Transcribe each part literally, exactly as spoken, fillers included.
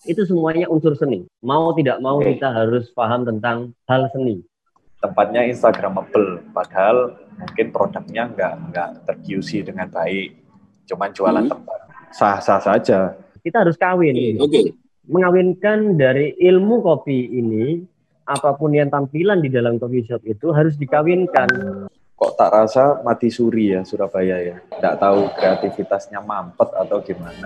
itu semuanya unsur seni. Mau tidak mau Oke. kita harus paham tentang hal seni. Tempatnya Instagramable, padahal mungkin produknya nggak nggak ter-Q C dengan baik, cuman jualan Hmm. tempat. Sah-sah saja. Kita harus kawin. Oke, gitu. oke. Mengawinkan dari ilmu kopi ini, apapun yang tampilan di dalam coffee shop itu harus dikawinkan. Kok tak rasa mati suri ya Surabaya ya? Nggak tahu kreativitasnya mampet atau gimana.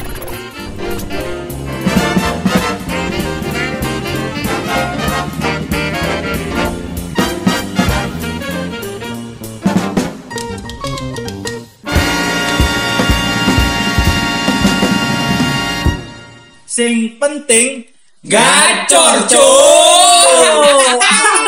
Sing penting gacor, cuk.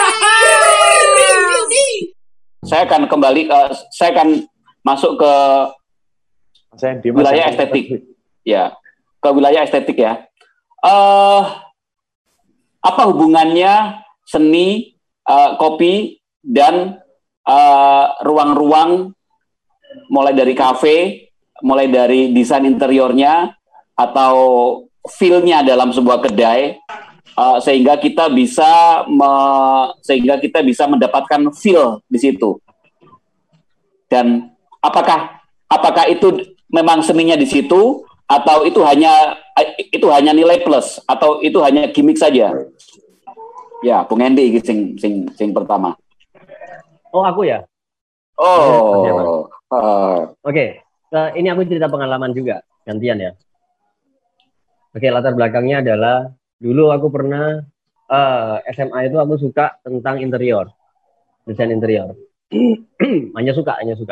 Saya akan kembali, uh, saya akan masuk ke Saya di wilayah estetik. Ya, ke wilayah estetik ya. Uh, apa hubungannya seni, uh, kopi, dan uh, ruang-ruang mulai dari kafe, mulai dari desain interiornya, atau feel-nya dalam sebuah kedai, uh, sehingga kita bisa me, sehingga kita bisa mendapatkan feel di situ. Dan apakah apakah itu memang seninya di situ, atau itu hanya itu hanya nilai plus, atau itu hanya gimmick saja? Ya, Bung Hendy sing sing sing pertama. Oh, aku ya. Oh, uh, Oke, okay. uh, ini aku cerita pengalaman juga, gantian ya. Oke, okay, latar belakangnya adalah dulu aku pernah uh, S M A itu aku suka tentang interior, desain interior. hanya suka, hanya suka.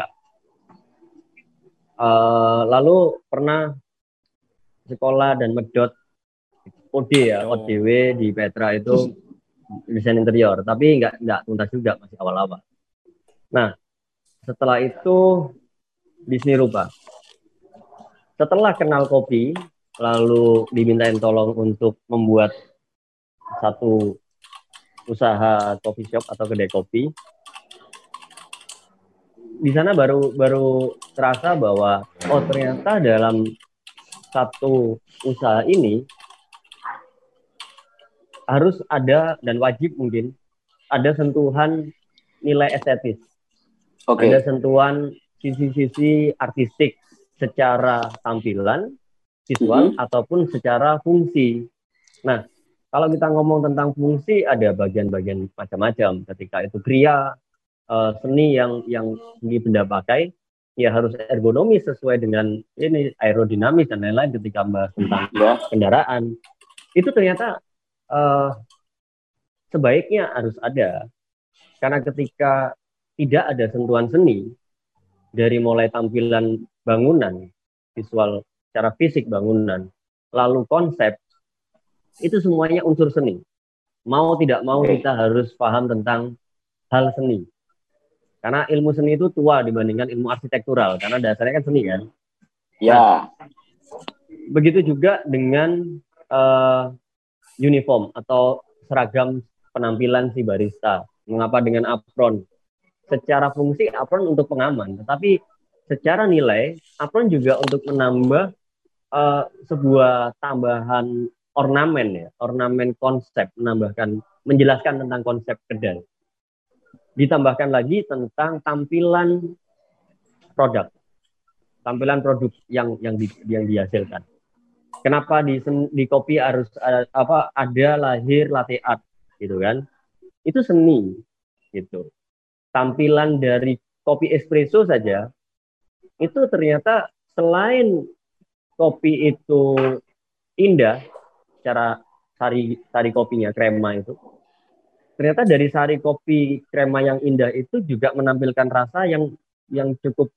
Uh, lalu pernah sekolah dan medot O D ya, O D W di Petra itu desain interior, tapi nggak nggak tuntas juga, masih awal-awal. Nah, setelah itu bisnis rubah. Setelah kenal kopi, lalu dimintain tolong untuk membuat satu usaha coffee shop atau kedai kopi. Di sana baru baru terasa bahwa oh ternyata dalam satu usaha ini harus ada dan wajib mungkin ada sentuhan nilai estetis. Okay. Ada sentuhan sisi-sisi artistik secara tampilan, visual, mm-hmm. ataupun secara fungsi. Nah, kalau kita ngomong tentang fungsi, ada bagian-bagian macam-macam. Ketika itu kriya, uh, seni yang yang seni benda pakai, ya harus ergonomis sesuai dengan ini aerodinamis dan lain-lain. Ketika bahas tentang yeah. kendaraan, itu ternyata uh, sebaiknya harus ada. Karena ketika tidak ada sentuhan seni, dari mulai tampilan bangunan, visual secara fisik bangunan, lalu konsep, itu semuanya unsur seni. Mau tidak mau kita harus paham tentang hal seni. Karena ilmu seni itu tua dibandingkan ilmu arsitektural, karena dasarnya kan seni kan. Ya. Nah, begitu juga dengan uh, uniform atau seragam penampilan si barista. Mengapa dengan apron? Secara fungsi apron untuk pengaman, tetapi secara nilai apron juga untuk menambah uh, sebuah tambahan ornamen ya, ornamen konsep, menambahkan, menjelaskan tentang konsep kedai. Ditambahkan lagi tentang tampilan produk, tampilan produk yang yang di, yang dihasilkan. Kenapa di di kopi harus ada, apa ada lahir latte art gitu kan? Itu seni gitu. Tampilan dari kopi espresso saja itu ternyata selain kopi itu indah secara sari sari kopinya, krema itu, ternyata dari sari kopi krema yang indah itu juga menampilkan rasa yang yang cukup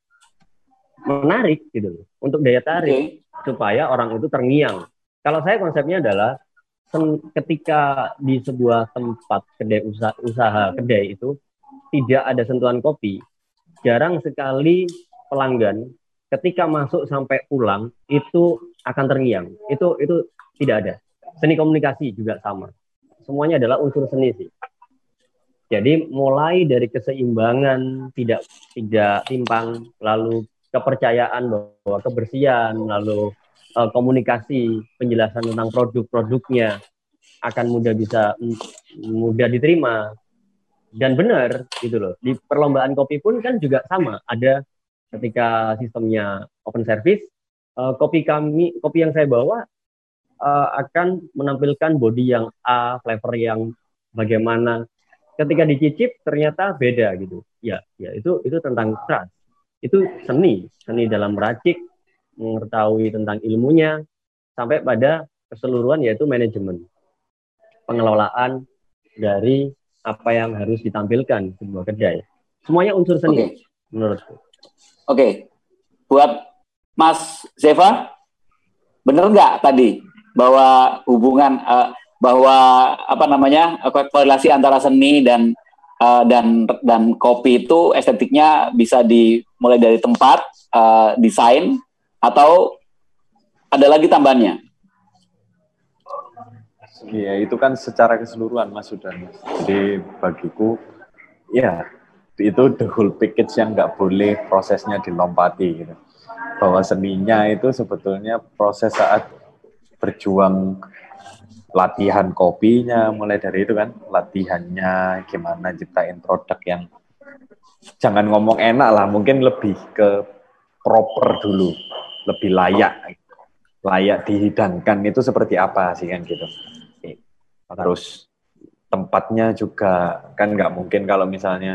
menarik gitu loh, untuk daya tarik, okay. supaya orang itu terngiang. Kalau saya konsepnya adalah ketika di sebuah tempat kedai usaha, usaha kedai itu tidak ada sentuhan kopi, jarang sekali pelanggan ketika masuk sampai pulang itu akan terngiang. Itu itu tidak ada. Seni komunikasi juga sama. Semuanya adalah unsur seni sih. Jadi mulai dari keseimbangan, tidak tidak timpang, lalu kepercayaan bahwa kebersihan, lalu uh, komunikasi, penjelasan tentang produk-produknya akan mudah bisa mudah diterima dan benar gitu loh. Di perlombaan kopi pun kan juga sama, ada ketika sistemnya open service, uh, kopi kami kopi yang saya bawa uh, akan menampilkan body yang A, flavor yang bagaimana. Ketika dicicip ternyata beda gitu. Ya, ya itu itu tentang trust. Itu seni, seni dalam meracik, mengetahui tentang ilmunya sampai pada keseluruhan yaitu manajemen. Pengelolaan dari apa yang harus ditampilkan sebuah kedai. Semuanya unsur seni okay. menurutku. Oke. Okay. Buat Mas Zeva, benar nggak tadi bahwa hubungan uh, bahwa apa namanya korelasi antara seni dan uh, dan dan kopi itu estetiknya bisa dimulai dari tempat, uh, desain, atau ada lagi tambahannya? Iya, itu kan secara keseluruhan Mas sudah. Jadi bagiku, ya itu the whole package yang nggak boleh prosesnya dilompati gitu. Bahwa seninya itu sebetulnya proses saat berjuang latihan kopinya, mulai dari itu kan, latihannya gimana ciptain produk yang jangan ngomong enak lah, mungkin lebih ke proper dulu, lebih layak, layak dihidangkan itu seperti apa sih kan gitu. Terus tempatnya juga kan nggak mungkin kalau misalnya,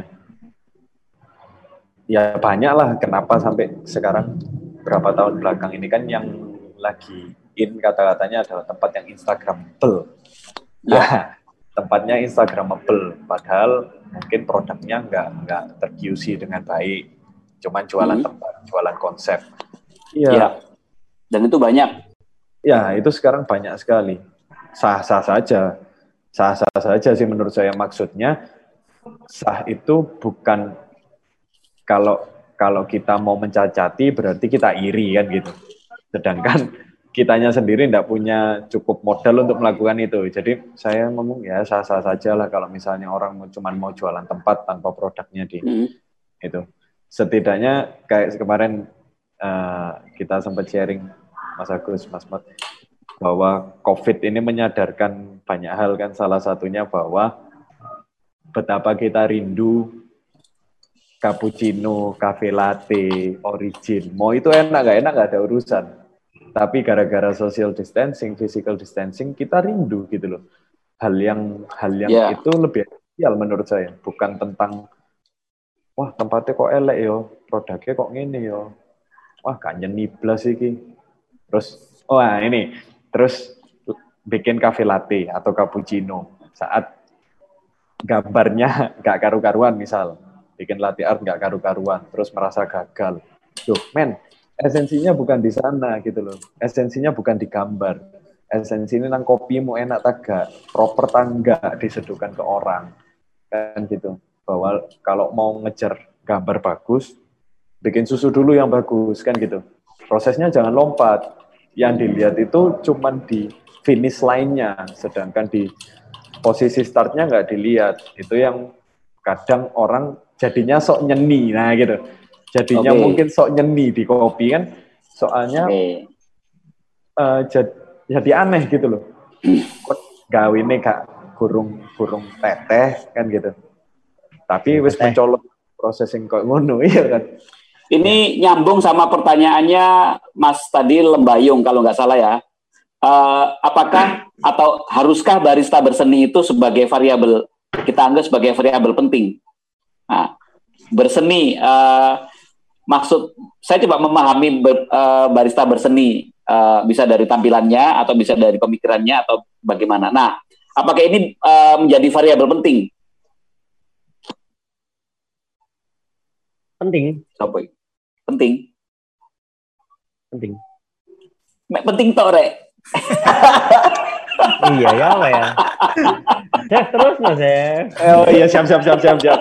ya banyak lah kenapa sampai sekarang berapa tahun belakang ini kan yang lagi in kata-katanya adalah tempat yang Instagramable. Ya, tempatnya Instagramable. Padahal mungkin produknya nggak nggak ter-Q C dengan baik. Cuman jualan hmm. tempat, jualan konsep. Iya. Ya. Dan itu banyak. Ya, itu sekarang banyak sekali. Sah-sah saja. Sah-sah saja sih menurut saya. Maksudnya, sah itu bukan kalau kalau kita mau mencacati berarti kita iri kan gitu. Sedangkan kitanya sendiri tidak punya cukup modal untuk melakukan itu. Jadi saya ngomong ya sah-sah saja lah kalau misalnya orang cuma mau jualan tempat tanpa produknya di hmm. itu. Setidaknya kayak kemarin uh, kita sempat sharing Mas Agus, Mas Mat, bahwa COVID ini menyadarkan banyak hal kan. Salah satunya bahwa betapa kita rindu cappuccino, cafe latte, origin. Mau itu enak gak enak gak ada urusan. Tapi gara-gara social distancing, physical distancing, kita rindu gitu loh. Hal yang hal yang yeah. itu lebih esensial menurut saya. Bukan tentang, wah tempatnya kok elek yo, produknya kok gini yo. Wah gak nyeni blas iki. Terus, oh nah ini, terus bikin cafe latte atau cappuccino. Saat gambarnya gak karu-karuan misal. Bikin latte art gak karu-karuan. Terus merasa gagal. Duh men, esensinya bukan di sana gitu loh. Esensinya bukan di gambar. Esensinya nang kopimu enak tagak, proper tangga diseduhkan ke orang. Kan gitu. Bahwa kalau mau ngejar gambar bagus, bikin susu dulu yang bagus kan gitu. Prosesnya jangan lompat. Yang dilihat itu cuman di finish line-nya, sedangkan di posisi start-nya nggak dilihat. Itu yang kadang orang jadinya sok nyeni, nah gitu. Jadinya okay. mungkin sok nyeni di kopi kan, soalnya okay. uh, jad, jadi aneh gitu loh. Kok gawine gak gurung-gurung teteh kan gitu. Tapi wis mencolok processing kok ngono iya kan. Ini nyambung sama pertanyaannya Mas tadi Lembayung kalau nggak salah ya. Uh, apakah atau haruskah barista berseni itu sebagai variabel, kita anggap sebagai variabel penting? Nah, berseni, uh, maksud saya coba memahami ber, uh, barista berseni, uh, bisa dari tampilannya atau bisa dari pemikirannya atau bagaimana. Nah, apakah ini uh, menjadi variabel penting? Penting. Apa? Penting. Penting. Penting toh, Rek. Iya ya, apa ya? Chef terus mas ya. Oh iya siap siap siap siap siap.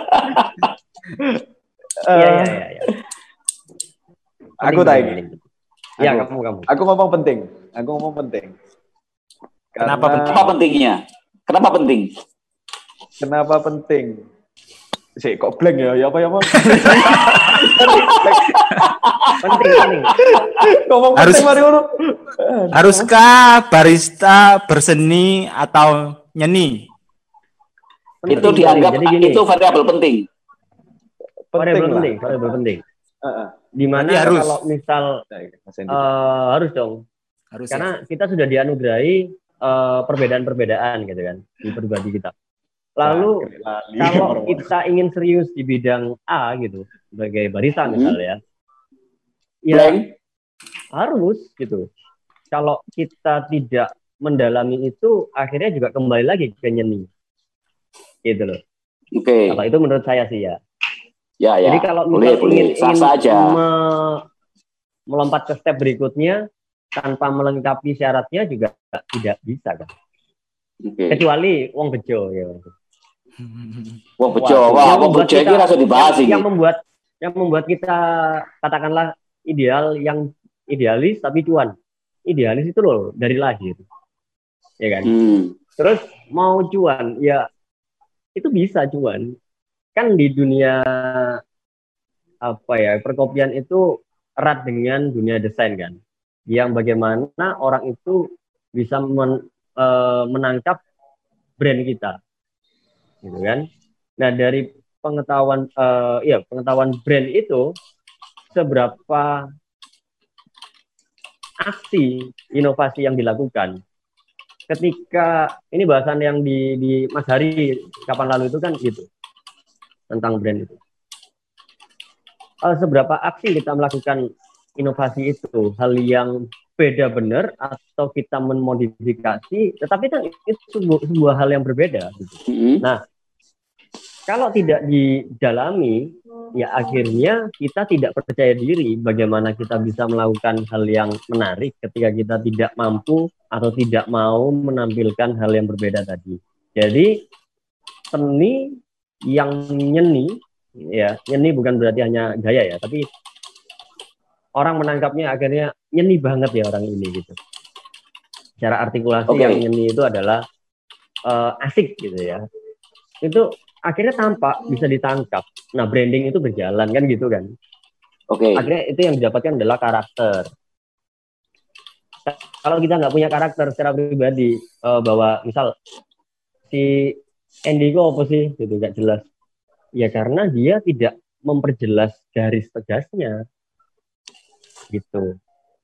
Iya iya iya. Ya. Aku tanya. Iya kamu kamu. Aku ngomong penting. Aku ngomong penting. Karena, Kenapa penting? Kenapa pentingnya? Kenapa penting? Kenapa penting? Sih kok blank ya? Ya apa ya apa? penting penting. Ngomong Harus- penting mari ngono. Haruskah barista berseni atau nyeni? Penting Itu sekali. dianggap Jadi gini, itu variabel penting. variabel lah. penting, variabel penting. Heeh. Di mana Berarti harus. kalau misal Nah, Mas Hendy. eh, harus dong, Harus karena kita sudah dianugerahi eh, perbedaan-perbedaan gitu kan di pribadi kita. Lalu Nah, lali, kalau orang-orang. kita ingin serius di bidang A gitu sebagai barista Hmm. misalnya, ya Blank. harus gitu. Kalau kita tidak mendalami itu, akhirnya juga kembali lagi ke nyeni, gitu loh. Oke. Kalau itu menurut saya sih ya. Ya, ya. Jadi kalau boleh, misal boleh. ingin, Sah ingin saja. me- melompat ke step berikutnya tanpa melengkapi syaratnya juga tidak bisa kan. Oke. Kecuali wong bejo ya. Wah, bejo. Wah, Wah, yang wah, membuat bejo ini kita- rasa dibahas yang, ini. yang membuat yang membuat kita katakanlah ideal, yang idealis tapi cuan. Idealis itu loh dari lahir, ya kan. Hmm. Terus mau cuan, ya itu bisa cuan. Kan di dunia apa ya, perkopian itu erat dengan dunia desain kan. Yang bagaimana orang itu bisa men- eh, menangkap brand kita. Gitu kan. Nah, dari pengetahuan eh, ya, pengetahuan brand itu seberapa aksi inovasi yang dilakukan. Ketika ini bahasan yang di, di Mas Hari kapan lalu itu kan gitu tentang brand itu. Eh, seberapa aksi kita melakukan inovasi itu, hal yang beda benar atau kita memodifikasi, tetapi kan itu sebuah, sebuah hal yang berbeda. Gitu. Hmm. Nah, kalau tidak didalami, ya akhirnya kita tidak percaya diri bagaimana kita bisa melakukan hal yang menarik ketika kita tidak mampu atau tidak mau menampilkan hal yang berbeda tadi. Jadi seni yang nyeni, ya nyeni bukan berarti hanya gaya ya, tapi orang menangkapnya akhirnya nyeni banget ya orang ini gitu. Cara artikulasi Oke. yang nyeni itu adalah eh, asik gitu ya. Itu akhirnya tampak, bisa ditangkap. Nah, branding itu berjalan kan gitu kan. Oke. Akhirnya itu yang didapatkan adalah karakter. Kalau kita nggak punya karakter secara pribadi, eh, bahwa misal si Andy kok apa sih gitu nggak jelas. Ya karena dia tidak memperjelas garis tegasnya. Gitu.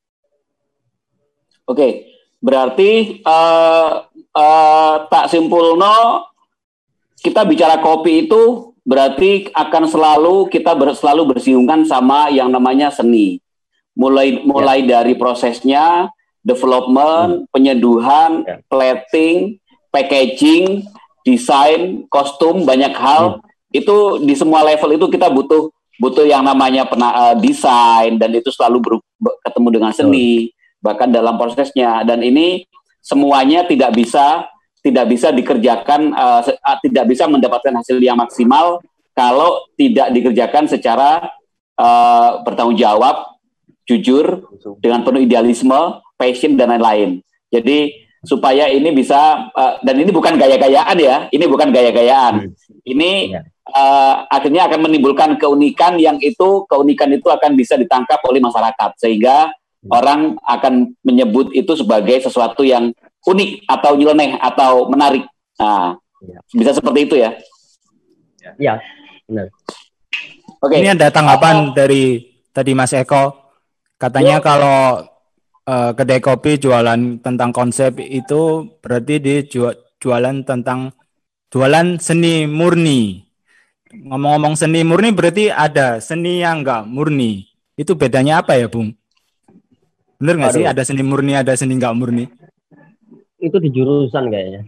Oke. Berarti eh eh, tak simpulno kita bicara kopi itu berarti akan selalu kita ber, selalu bersinggungan sama yang namanya seni. Mulai mulai dari prosesnya, development, penyeduhan, Ya. plating, packaging, desain, kostum, banyak hal. Itu di semua level itu kita butuh butuh yang namanya pena, uh, desain, dan itu selalu ber, ber- ketemu dengan seni, bahkan dalam prosesnya. Dan ini semuanya tidak bisa tidak bisa dikerjakan, uh, se- uh, tidak bisa mendapatkan hasil yang maksimal kalau tidak dikerjakan secara uh, bertanggung jawab, jujur, dengan penuh idealisme, passion, dan lain-lain. Jadi supaya ini bisa, uh, dan ini bukan gaya-gayaan ya, ini bukan gaya-gayaan. Ini Ya. uh, akhirnya akan menimbulkan keunikan yang itu, keunikan itu akan bisa ditangkap oleh masyarakat, sehingga orang akan menyebut itu sebagai sesuatu yang unik atau nyeleneh atau menarik. Nah, Ya. bisa seperti itu ya. Ya, benar. Oke. Ini ada tanggapan dari tadi Mas Eko. Katanya kalau eh, kedai kopi jualan tentang konsep itu berarti dia ju- jualan tentang jualan seni murni. Ngomong-ngomong seni murni berarti ada seni yang enggak murni. Itu bedanya apa ya, Bung? Bener nggak sih Aduh. ada seni murni, ada seni enggak murni? Itu di jurusan kayaknya.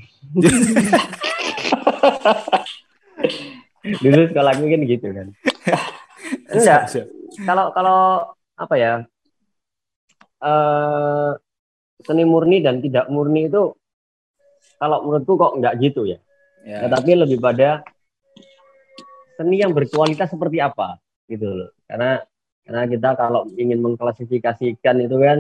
Dulu sekolah gue kan gitu kan. Enggak. Kalau kalau apa ya? Eh seni murni dan tidak murni itu kalau menurutku kok enggak gitu ya. Ya. Tetapi lebih pada seni yang berkualitas seperti apa gitu loh. Karena karena kita kalau ingin mengklasifikasikan itu kan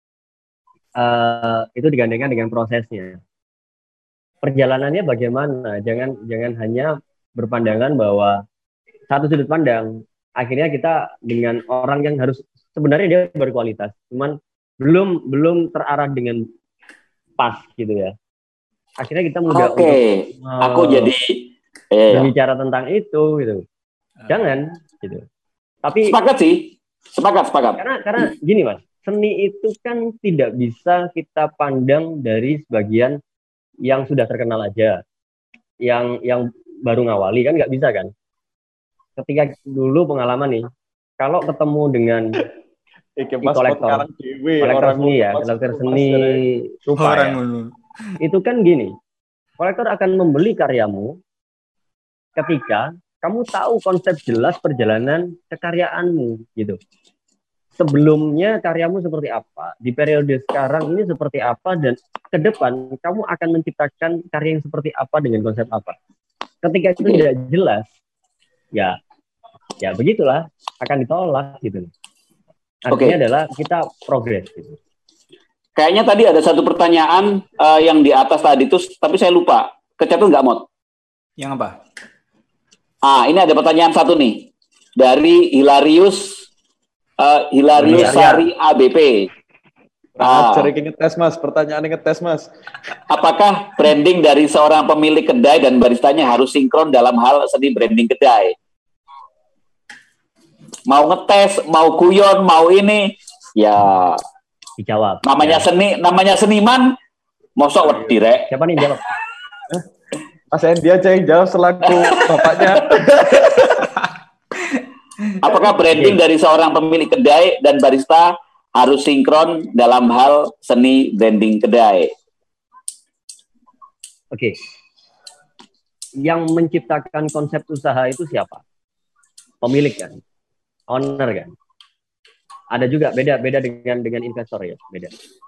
eh itu digandengkan dengan prosesnya. Perjalanannya bagaimana? Jangan jangan hanya berpandangan bahwa satu sudut pandang. Akhirnya kita dengan orang yang harus sebenarnya dia berkualitas, cuman belum belum terarah dengan pas gitu ya. Akhirnya kita mudah Oke, untuk aku uh, jadi eh, berbicara tentang itu gitu. Jangan gitu. Tapi sepakat sih, sepakat, sepakat. karena karena gini Mas, seni itu kan tidak bisa kita pandang dari sebagian yang sudah terkenal aja, yang yang baru ngawali kan nggak bisa kan. Ketika dulu pengalaman nih, kalau ketemu dengan kolektor, kolektor seni ya, kolektor seni rupa ya, itu kan gini, kolektor akan membeli karyamu ketika kamu tahu konsep jelas perjalanan kekaryaanmu gitu. Sebelumnya karyamu seperti apa, di periode sekarang ini seperti apa, dan ke depan kamu akan menciptakan karya yang seperti apa dengan konsep apa. Ketika itu tidak jelas, ya ya begitulah, akan ditolak gitu. Artinya okay. adalah kita progres gitu. Kayaknya tadi ada satu pertanyaan uh, yang di atas tadi itu, tapi saya lupa. Kecatat nggak, Mot? Yang apa? Ah, ini ada pertanyaan satu nih dari Hilarius uh, Hilarius Sari A B P. Ah, cari ngetes Mas, pertanyaan ngetes Mas. Apakah branding dari seorang pemilik kedai dan baristanya harus sinkron dalam hal seni branding kedai? Mau ngetes, mau guyon, mau ini, ya dijawab. Namanya ya. seni, namanya seniman, mosok wedi rek. Siapa nih jawab? Mas Endi aja yang jawab selaku bapaknya. Apakah branding dari seorang pemilik kedai dan barista harus sinkron dalam hal seni branding kedai? Oke. Yang menciptakan konsep usaha itu siapa? Pemilik kan? Owner kan? Ada juga beda-beda dengan dengan investor ya, beda.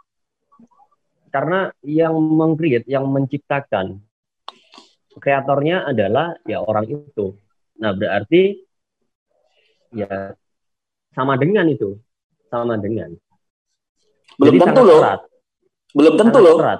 Karena yang meng-create, yang menciptakan, kreatornya adalah ya orang itu. Nah, berarti ya sama dengan itu, sama dengan. Belum Jadi tentu loh. Serat. Belum tentu loh. Serat.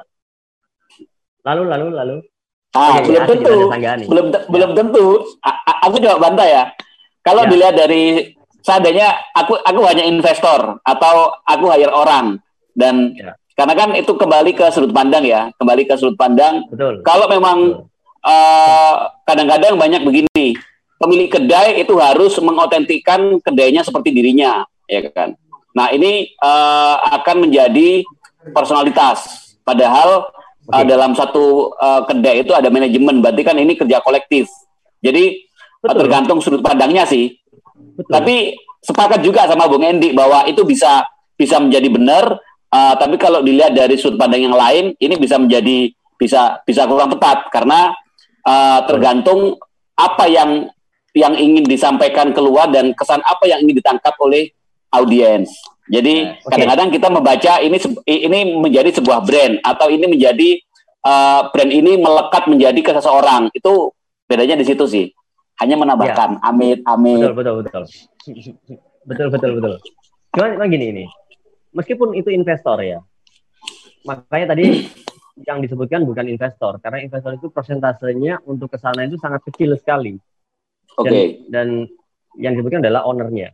Lalu lalu lalu. Ah, Oke, belum ya, tentu. Belum te- ya. belum tentu. A- aku coba bantah ya. Kalau ya. dilihat dari seandainya aku aku hanya investor atau aku hire orang dan ya. karena kan itu kembali ke sudut pandang ya, kembali ke sudut pandang. Betul. Kalau memang uh, kadang-kadang banyak begini, pemilik kedai itu harus mengotentikan kedainya seperti dirinya, ya kan. Nah ini uh, akan menjadi personalitas. Padahal okay. uh, dalam satu uh, kedai itu ada manajemen, berarti kan ini kerja kolektif. Jadi Betul. tergantung sudut pandangnya sih. Betul. Tapi sepakat juga sama Bung Endi bahwa itu bisa bisa menjadi benar, uh, tapi kalau dilihat dari sudut pandang yang lain, ini bisa menjadi bisa bisa kurang tepat karena uh, tergantung apa yang yang ingin disampaikan keluar dan kesan apa yang ingin ditangkap oleh audiens. Jadi yeah, okay. kadang-kadang kita membaca ini ini menjadi sebuah brand atau ini menjadi uh, brand ini melekat menjadi ke seseorang. Itu bedanya di situ sih. Hanya menambahkan yeah. amit amit. Betul betul betul. betul betul betul. Cuma, cuma gini ini. Meskipun itu investor ya. Makanya tadi yang disebutkan bukan investor karena investor itu persentasenya untuk ke sana itu sangat kecil sekali. Oke. Okay. Dan, dan yang disebutkan adalah ownernya.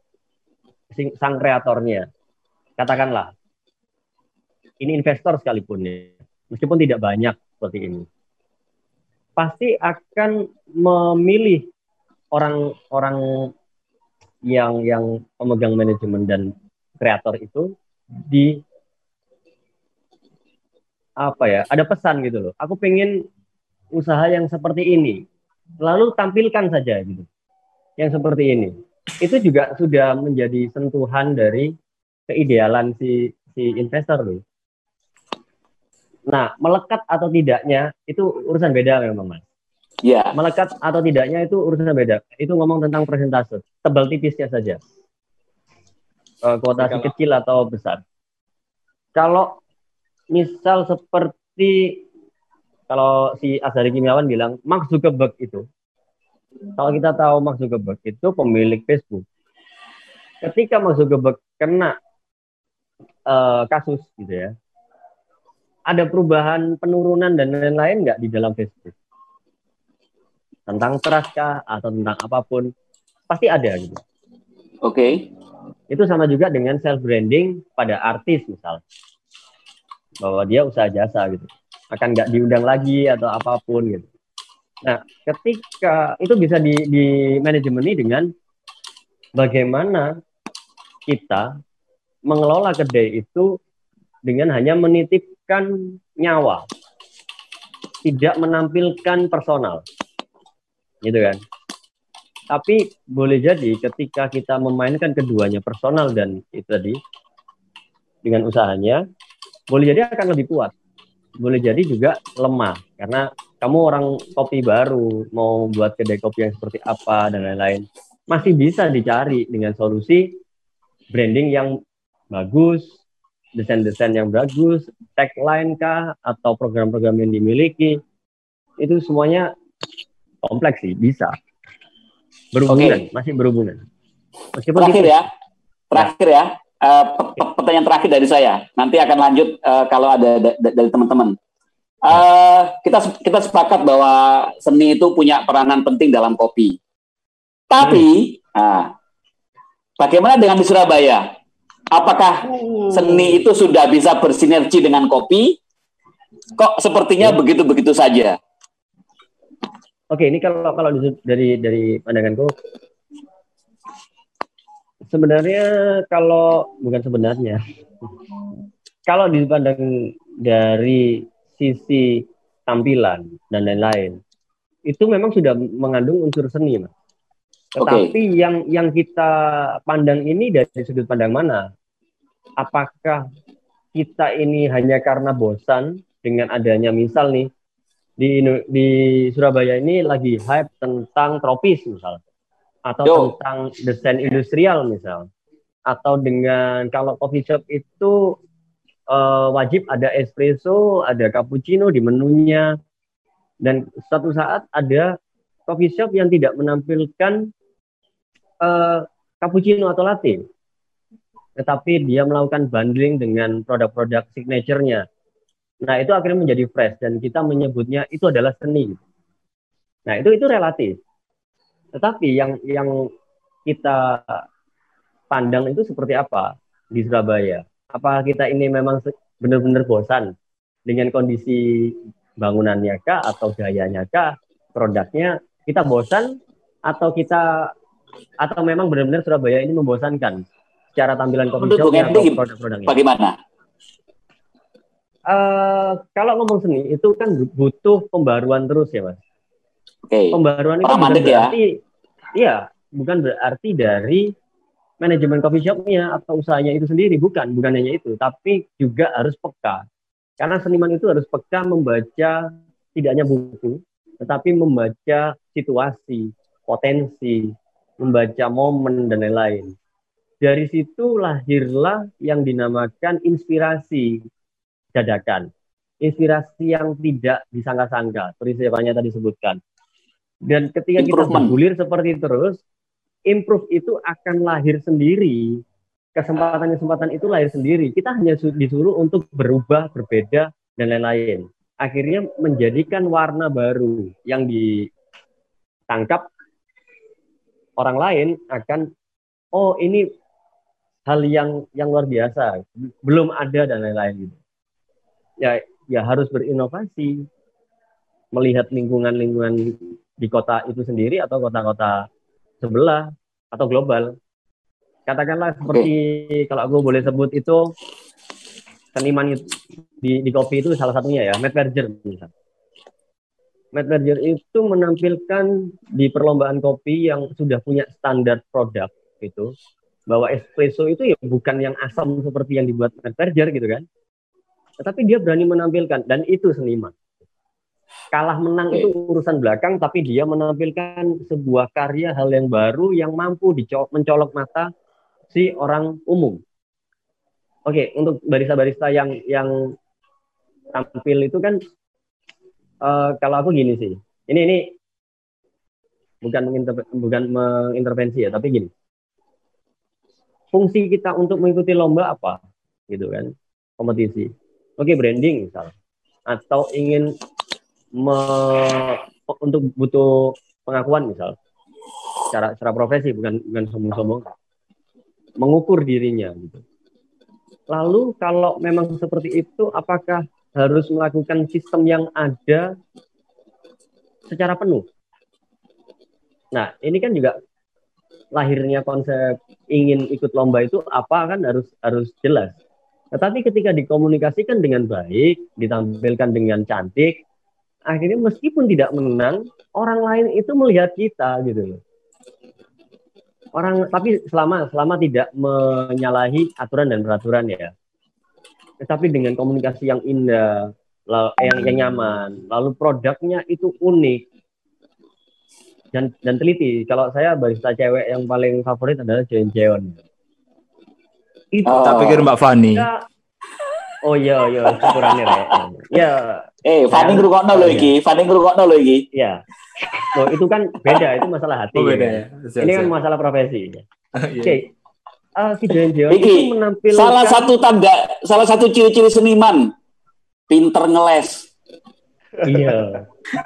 Sang kreatornya, katakanlah ini investor sekalipun ya, meskipun tidak banyak seperti ini, pasti akan memilih orang-orang yang yang pemegang manajemen dan kreator itu di apa ya, ada pesan gitu loh. Aku pengen usaha yang seperti ini, lalu tampilkan saja gitu, yang seperti ini. Itu juga sudah menjadi sentuhan dari keidealan si si investor loh. Nah, melekat atau tidaknya itu urusan beda memang Mas. Iya. Yeah. Melekat atau tidaknya itu urusan beda. Itu ngomong tentang persentase, tebal tipisnya saja. Uh, kuotasi kecil atau besar. Kalau misal seperti kalau si Azhari Kimiawan bilang Mark Zuckerberg itu, kalau kita tahu Mark Zuckerberg itu pemilik Facebook. Ketika Mark Zuckerberg kena uh, kasus gitu ya, ada perubahan penurunan dan lain-lain nggak di dalam Facebook? Tentang trust kah atau tentang apapun, pasti ada gitu. Oke. Okay. Itu sama juga dengan self branding pada artis misal, bahwa dia usaha jasa gitu, akan nggak diundang lagi atau apapun gitu. Nah, ketika itu bisa di, di manajemeni dengan bagaimana kita mengelola kedai itu dengan hanya menitipkan nyawa, tidak menampilkan personal, gitu kan. Tapi boleh jadi ketika kita memainkan keduanya, personal dan itu tadi, dengan usahanya, boleh jadi akan lebih kuat. Boleh jadi juga lemah, karena kamu orang kopi baru, mau buat kedai kopi yang seperti apa, dan lain-lain. Masih bisa dicari dengan solusi branding yang bagus, desain-desain yang bagus, tagline kah, atau program-program yang dimiliki. Itu semuanya kompleks sih, bisa. Berhubungan, okay. masih berhubungan. Meskipun terakhir gitu. ya, terakhir ya, uh, pertanyaan terakhir dari saya. Nanti akan lanjut uh, kalau ada da- da- dari teman-teman. Uh, kita kita sepakat bahwa seni itu punya peranan penting dalam kopi. Tapi, hmm. nah, bagaimana dengan di Surabaya? Apakah hmm. seni itu sudah bisa bersinergi dengan kopi? Kok sepertinya hmm. begitu-begitu saja? Oke, ini kalau kalau dari dari pandanganku, sebenarnya kalau bukan sebenarnya, kalau dipandang dari sisi tampilan dan lain-lain, itu memang sudah mengandung unsur seni, Mas. Tetapi okay. yang yang kita pandang ini dari sudut pandang mana? Apakah kita ini hanya karena bosan dengan adanya misal nih, di di Surabaya ini lagi hype tentang tropis misal, atau Yo. tentang desain industrial misal, atau dengan kalau coffee shop itu uh, wajib ada espresso, ada cappuccino di menunya, dan suatu saat ada coffee shop yang tidak menampilkan uh, cappuccino atau latte, tetapi dia melakukan bundling dengan produk-produk signature-nya. Nah, itu akhirnya menjadi fresh dan kita menyebutnya itu adalah seni. Nah, itu itu relatif. Tetapi yang yang kita pandang itu seperti apa di Surabaya? Apakah kita ini memang benar-benar bosan dengan kondisi bangunannya kah atau gayanya kah, produknya? Kita bosan atau kita atau memang benar-benar Surabaya ini membosankan secara tampilan coffee shop atau produk-produknya? Bagaimana? Uh, kalau ngomong seni itu kan butuh pembaruan terus ya, Mas. Okay. Pembaruan itu bukan berarti, ya? Iya, bukan berarti dari manajemen coffee shop-nya atau usahanya itu sendiri, bukan, bukan hanya itu, tapi juga harus peka. Karena seniman itu harus peka membaca tidak hanya buku, tetapi membaca situasi, potensi, membaca momen dan lain-lain. Dari situ lahirlah yang dinamakan inspirasi dadakan, inspirasi yang tidak disangka-sangka, seperti siapanya tadi sebutkan. Dan ketika kita bergulir seperti terus, improve itu akan lahir sendiri, kesempatan-kesempatan itu lahir sendiri. Kita hanya disuruh untuk berubah, berbeda, dan lain-lain. Akhirnya menjadikan warna baru yang ditangkap orang lain akan, oh ini hal yang yang luar biasa, belum ada dan lain-lain gitu. Ya, ya harus berinovasi, melihat lingkungan-lingkungan di kota itu sendiri atau kota-kota sebelah atau global. Katakanlah seperti okay. kalau aku boleh sebut itu seniman di, di kopi itu salah satunya ya, Matt Berger misalnya. Matt Berger itu menampilkan di perlombaan kopi yang sudah punya standar produk itu, bahwa espresso itu ya bukan yang asam seperti yang dibuat Matt Berger gitu kan. Tetapi dia berani menampilkan, dan itu seniman. Kalah menang itu urusan belakang, tapi dia menampilkan sebuah karya hal yang baru yang mampu dicolok, mencolok mata si orang umum. Oke, untuk barista-barista yang yang tampil itu kan, uh, kalau aku gini sih, ini ini bukan mengintervensi, bukan mengintervensi ya, tapi gini, fungsi kita untuk mengikuti lomba apa, gitu kan, kompetisi. Oke, branding misal, atau ingin me, untuk butuh pengakuan misal, secara secara profesi, bukan bukan sombong-sombong. mengukur dirinya gitu. Lalu kalau memang seperti itu, apakah harus melakukan sistem yang ada secara penuh? Nah, ini kan juga lahirnya konsep ingin ikut lomba itu apa kan harus harus jelas. Tetapi ketika dikomunikasikan dengan baik, ditampilkan dengan cantik, akhirnya meskipun tidak menang, orang lain itu melihat kita gitu loh. Orang tapi selama selama tidak menyalahi aturan dan peraturan ya. Tetapi dengan komunikasi yang indah, yang, yang nyaman, lalu produknya itu unik dan dan teliti. Kalau saya barista cewek yang paling favorit adalah Jeon Jeon. Itu oh. Tak pikir Mbak Fani. Ya, oh iya iya syukurane rek. Ya. Eh, Fani ngrungokno lho iki, Fani ngrungokno lho iki. Iya. Oh, itu kan beda, itu masalah hati. Oh, beda ya. Siap, ini kan siap. Masalah profesi. Oke. Okay. Uh, si Jeon Jeon itu menampilkan salah satu tanda, salah satu ciri-ciri seniman, pinter ngeles. Iya.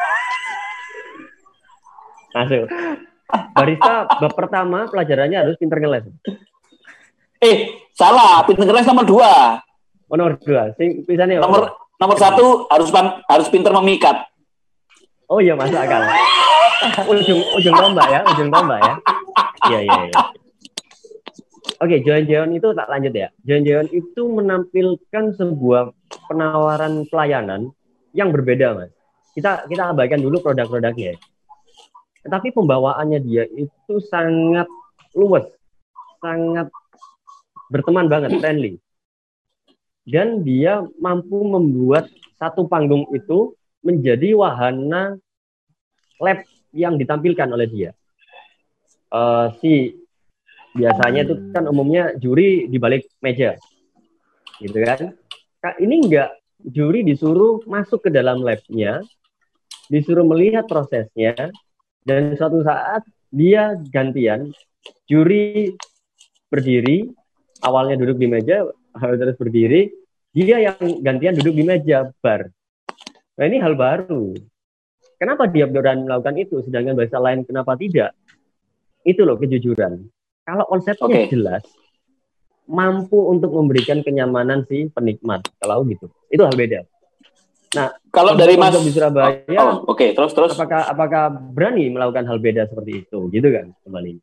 Masuk. Barista bab pertama pelajarannya harus pinter ngeles. Eh, salah, pinter ngeles nomor dua. Oh, nomor dua. Sing pisane nomor nomor satu harus harus pinter memikat. Oh iya, masuk akal. ujung ujung tombak ya, ujung tombak ya. Iya iya iya. Oke, Jeon Jeon itu tak lanjut ya. Jeon Jeon itu menampilkan sebuah penawaran pelayanan yang berbeda, Mas. Kita kita abaikan dulu produk-produknya. Tetapi pembawaannya dia itu sangat luwes, sangat berteman banget, friendly. Dan dia mampu membuat satu panggung itu menjadi wahana lab yang ditampilkan oleh dia. Uh, si biasanya itu kan umumnya juri di balik meja, gitu kan? Ini enggak, juri disuruh masuk ke dalam labnya, disuruh melihat prosesnya, dan suatu saat dia gantian, juri berdiri, awalnya duduk di meja, terus berdiri, dia yang gantian duduk di meja bar. Nah ini hal baru. Kenapa dia berani melakukan itu, sedangkan bahasa lain kenapa tidak? Itu loh kejujuran. Kalau konsepnya okay. jelas, mampu untuk memberikan kenyamanan si penikmat. Kalau gitu, itu hal beda. Nah, kalau dari Mas di Surabaya, oh, oke, okay. terus terus. Apakah apakah berani melakukan hal beda seperti itu, gitu kan kembali?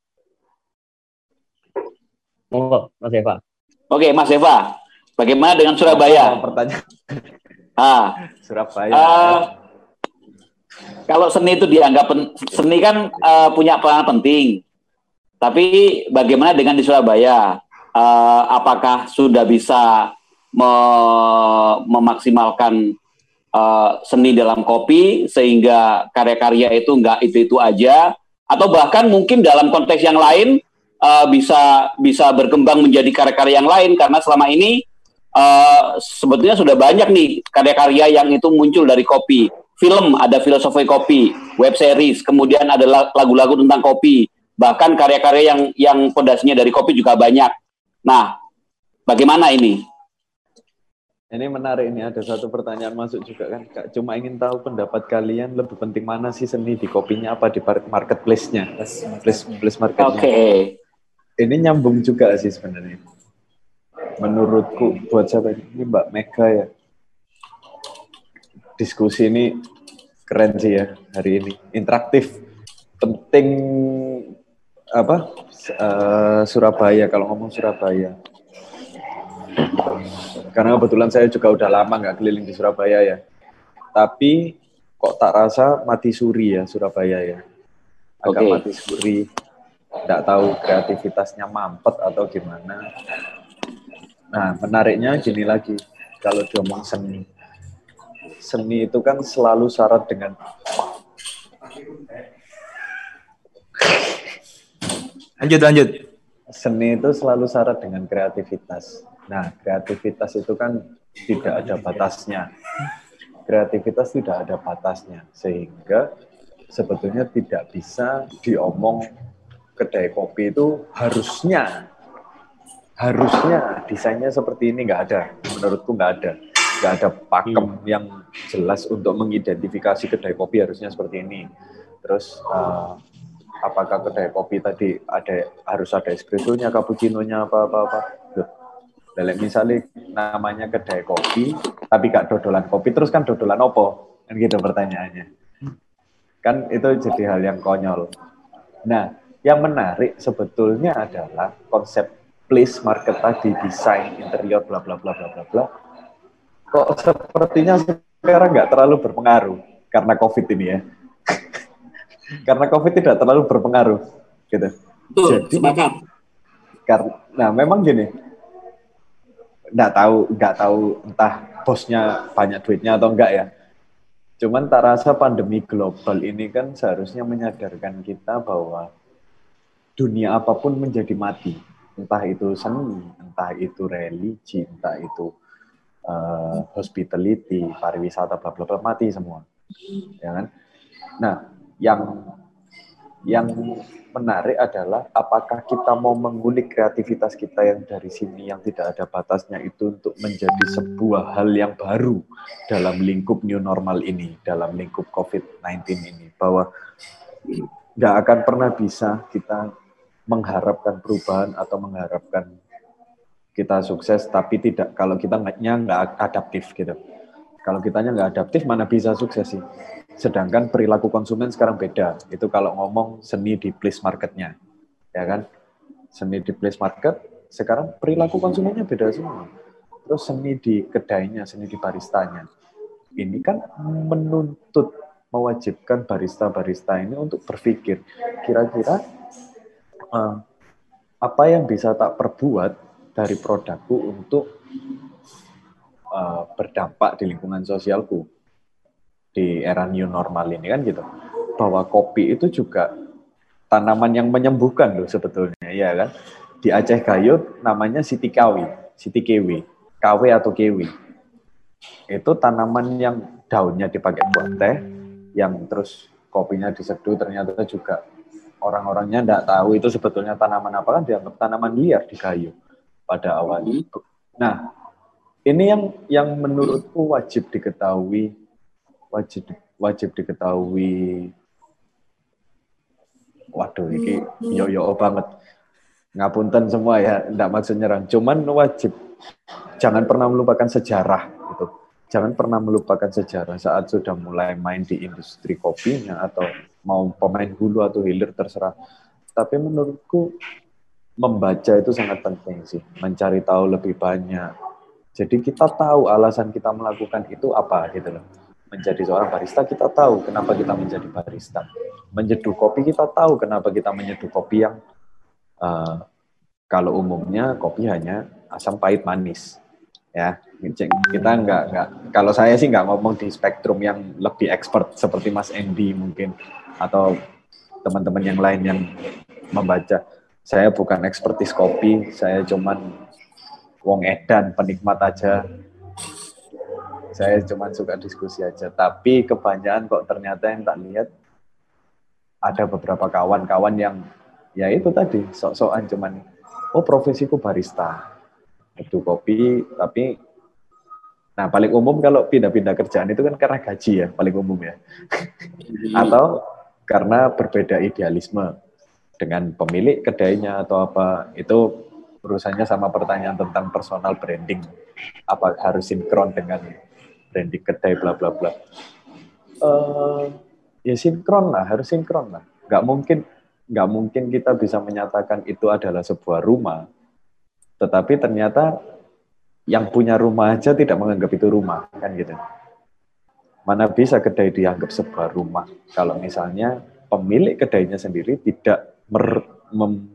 Monggo, Mas Eva. Oke, okay, Mas Eva. Bagaimana dengan Surabaya? Oh, pertanyaan. Ah, Surabaya. Uh, kalau seni itu dianggap pen, seni kan uh, punya peran penting. Tapi bagaimana dengan di Surabaya? Uh, apakah sudah bisa me- memaksimalkan uh, seni dalam kopi sehingga karya-karya itu enggak itu-itu aja, atau bahkan mungkin dalam konteks yang lain uh, bisa bisa berkembang menjadi karya-karya yang lain, karena selama ini uh, sebetulnya sudah banyak nih karya-karya yang itu muncul dari kopi. Film ada filosofi kopi, web series, kemudian ada lagu-lagu tentang kopi. Bahkan karya-karya yang yang pondasinya dari kopi juga banyak. Nah, bagaimana ini? Ini menarik, ini ada satu pertanyaan masuk juga kan. Kak, cuma ingin tahu pendapat kalian lebih penting mana sih seni di kopinya apa di marketplace-nya? Place, place marketnya. Oke. Okay. Ini nyambung juga sih sebenarnya. Menurutku buat siapa ini Mbak Mega ya. Diskusi ini keren sih ya hari ini. Interaktif. Penting apa uh, Surabaya, kalau ngomong Surabaya, karena kebetulan saya juga udah lama nggak keliling di Surabaya ya, tapi kok tak rasa mati suri ya Surabaya ya, agak okay. mati suri, nggak tahu kreativitasnya mampet atau gimana. Nah menariknya gini lagi, kalau diomong seni, seni itu kan selalu syarat dengan Lanjut, lanjut. Seni itu selalu syarat dengan kreativitas. Nah, kreativitas itu kan tidak ada batasnya. Kreativitas tidak ada batasnya. Sehingga sebetulnya tidak bisa diomong kedai kopi itu harusnya, harusnya desainnya seperti ini, nggak ada. Menurutku nggak ada. Nggak ada pakem hmm. yang jelas untuk mengidentifikasi kedai kopi harusnya seperti ini. Terus, uh, apakah kedai kopi tadi ada harus ada espressonya, cappuccino-nya apa-apa-apa. Lek misalnya namanya kedai kopi, tapi gak dodolan kopi, terus kan dodolan opo? Kan gitu pertanyaannya. Kan itu jadi hal yang konyol. Nah, yang menarik sebetulnya adalah konsep place market tadi, desain, interior, bla bla bla bla bla bla. Kok sepertinya sekarang nggak terlalu berpengaruh karena COVID ini ya. Karena COVID tidak terlalu berpengaruh, gitu. Betul, Jadi, sepakat. Karena, nah memang gini, nggak tahu, nggak tahu entah bosnya banyak duitnya atau enggak ya. Cuman tak rasa pandemi global ini kan seharusnya menyadarkan kita bahwa dunia apapun menjadi mati. Entah itu seni, entah itu religi, entah itu uh, hospitality, pariwisata, bla bla bla, mati semua. Ya kan? Nah, yang yang menarik adalah apakah kita mau mengulik kreativitas kita yang dari sini yang tidak ada batasnya itu untuk menjadi sebuah hal yang baru dalam lingkup new normal ini, dalam lingkup covid sembilan belas ini, bahwa nggak akan pernah bisa kita mengharapkan perubahan atau mengharapkan kita sukses tapi tidak kalau kita nggak adaptif gitu. Kalau kitanya nggak adaptif mana bisa sukses sih. Sedangkan perilaku konsumen sekarang beda. Itu kalau ngomong seni di place marketnya, ya kan? Seni di place market, sekarang perilaku konsumennya beda semua. Terus seni di kedainya, seni di baristanya. Ini kan menuntut, mewajibkan barista-barista ini untuk berpikir, kira-kira uh, apa yang bisa tak perbuat dari produkku untuk uh, berdampak di lingkungan sosialku. Di era new normal ini kan gitu, bahwa kopi itu juga tanaman yang menyembuhkan loh sebetulnya, ya kan? Di Aceh Gayo namanya Siti Kawi, Siti Kewi, Kawe atau Kewi. Itu tanaman yang daunnya dipakai buat teh, yang terus kopinya diseduh, ternyata juga orang-orangnya tidak tahu itu sebetulnya tanaman apa, kan dianggap tanaman liar di Gayo pada awalnya. Nah, ini yang yang menurutku wajib diketahui. wajib wajib diketahui. Waduh, ini yo-yo banget. Ngapunten semua ya, enggak maksud nyerang. Cuman wajib jangan pernah melupakan sejarah gitu. Jangan pernah melupakan sejarah saat sudah mulai main di industri kopinya atau mau pemain hulu atau hilir terserah. Tapi menurutku membaca itu sangat penting sih, mencari tahu lebih banyak. Jadi kita tahu alasan kita melakukan itu apa gitu loh. Menjadi seorang barista, kita tahu kenapa kita menjadi barista. Menyeduh kopi, kita tahu kenapa kita menyeduh kopi yang uh, kalau umumnya kopi hanya asam pahit manis. Ya, kita nggak nggak. Kalau saya sih nggak ngomong di spektrum yang lebih expert seperti Mas Andy mungkin atau teman-teman yang lain yang membaca. Saya bukan ekspertis kopi, saya cuman wong edan, penikmat aja. Saya cuma suka diskusi aja, tapi kebanyakan kok ternyata yang tak lihat ada beberapa kawan-kawan yang ya itu tadi sok-sokan cuman oh profesiku barista, itu kopi, tapi nah paling umum kalau pindah-pindah kerjaan itu kan karena gaji ya paling umum ya, atau karena berbeda idealisme dengan pemilik kedainya atau apa, itu urusannya sama pertanyaan tentang personal branding, apa harus sinkron dengan branding kedai bla bla bla. Uh, ya sinkron lah, harus sinkron lah. Gak mungkin, gak mungkin kita bisa menyatakan itu adalah sebuah rumah, tetapi ternyata yang punya rumah aja tidak menganggap itu rumah, kan gitu. Mana bisa kedai dianggap sebuah rumah kalau misalnya pemilik kedainya sendiri tidak mer, mem,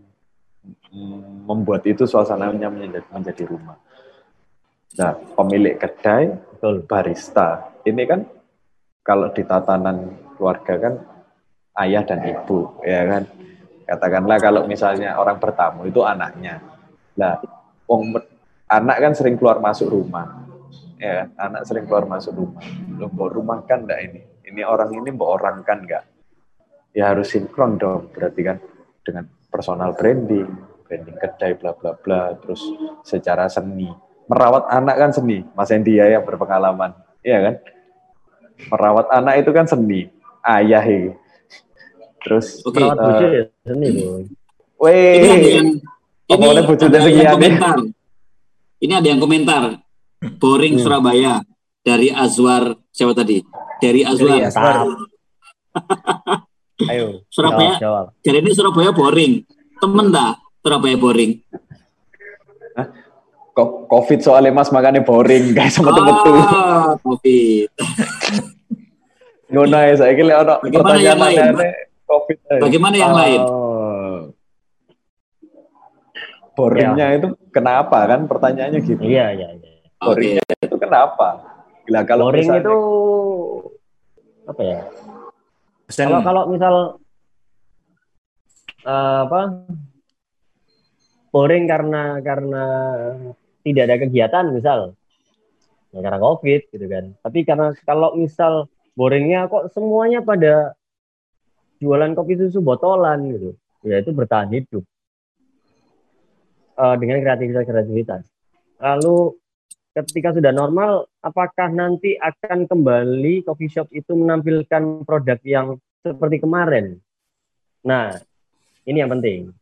membuat itu suasananya menjadi, menjadi rumah. Nah, pemilik kedai, barista, ini kan kalau di tatanan keluarga kan ayah dan ibu, ya kan. Katakanlah kalau misalnya orang bertamu itu anaknya. Lah, anak kan sering keluar masuk rumah, ya, anak sering keluar masuk rumah. Lo mbok rumah kan enggak ini? Ini orang ini mbok orang kan enggak? Ya harus sinkron dong, berarti kan dengan personal branding, branding kedai, bla bla bla, terus secara seni. Merawat anak kan seni, Mas Endi ya yang berpengalaman, iya kan? Merawat anak itu kan seni, ayah ini. Terus Oke. Perawat eh, bojo ya seni loh. Ini ada weh, yang apa ini oleh bojo ada dari yang Ian, ya? komentar. Ini ada yang komentar. Boring Hmm. Surabaya dari Azwar siapa tadi? Dari Azwar. Dari Azwar. Ayo, Surabaya. jawab, jawab. Jadi ini Surabaya boring. Temen dah Surabaya boring. Ko- Covid soalnya mas makanya boring guys sama temen-temen. Ah, Covid. Ngono ya saya kira ono Bagaimana yang lain? pertanyaan Covid. eh. Bagaimana yang lain? Oh. Boringnya itu kenapa kan pertanyaannya gitu. Iya, iya, iya. Boringnya itu kenapa? Gila kalau Boring misalnya, itu apa ya? Bosen. Kalau kalau misal eh, apa? Boring karena karena tidak ada kegiatan misal. Ya, karena Covid gitu kan. Tapi karena kalau misal boringnya kok semuanya pada jualan kopi susu botolan gitu. Ya itu bertahan hidup. Eh, dengan kreativitas-kreativitas. Lalu ketika sudah normal, apakah nanti akan kembali coffee shop itu menampilkan produk yang seperti kemarin? Nah, ini yang penting.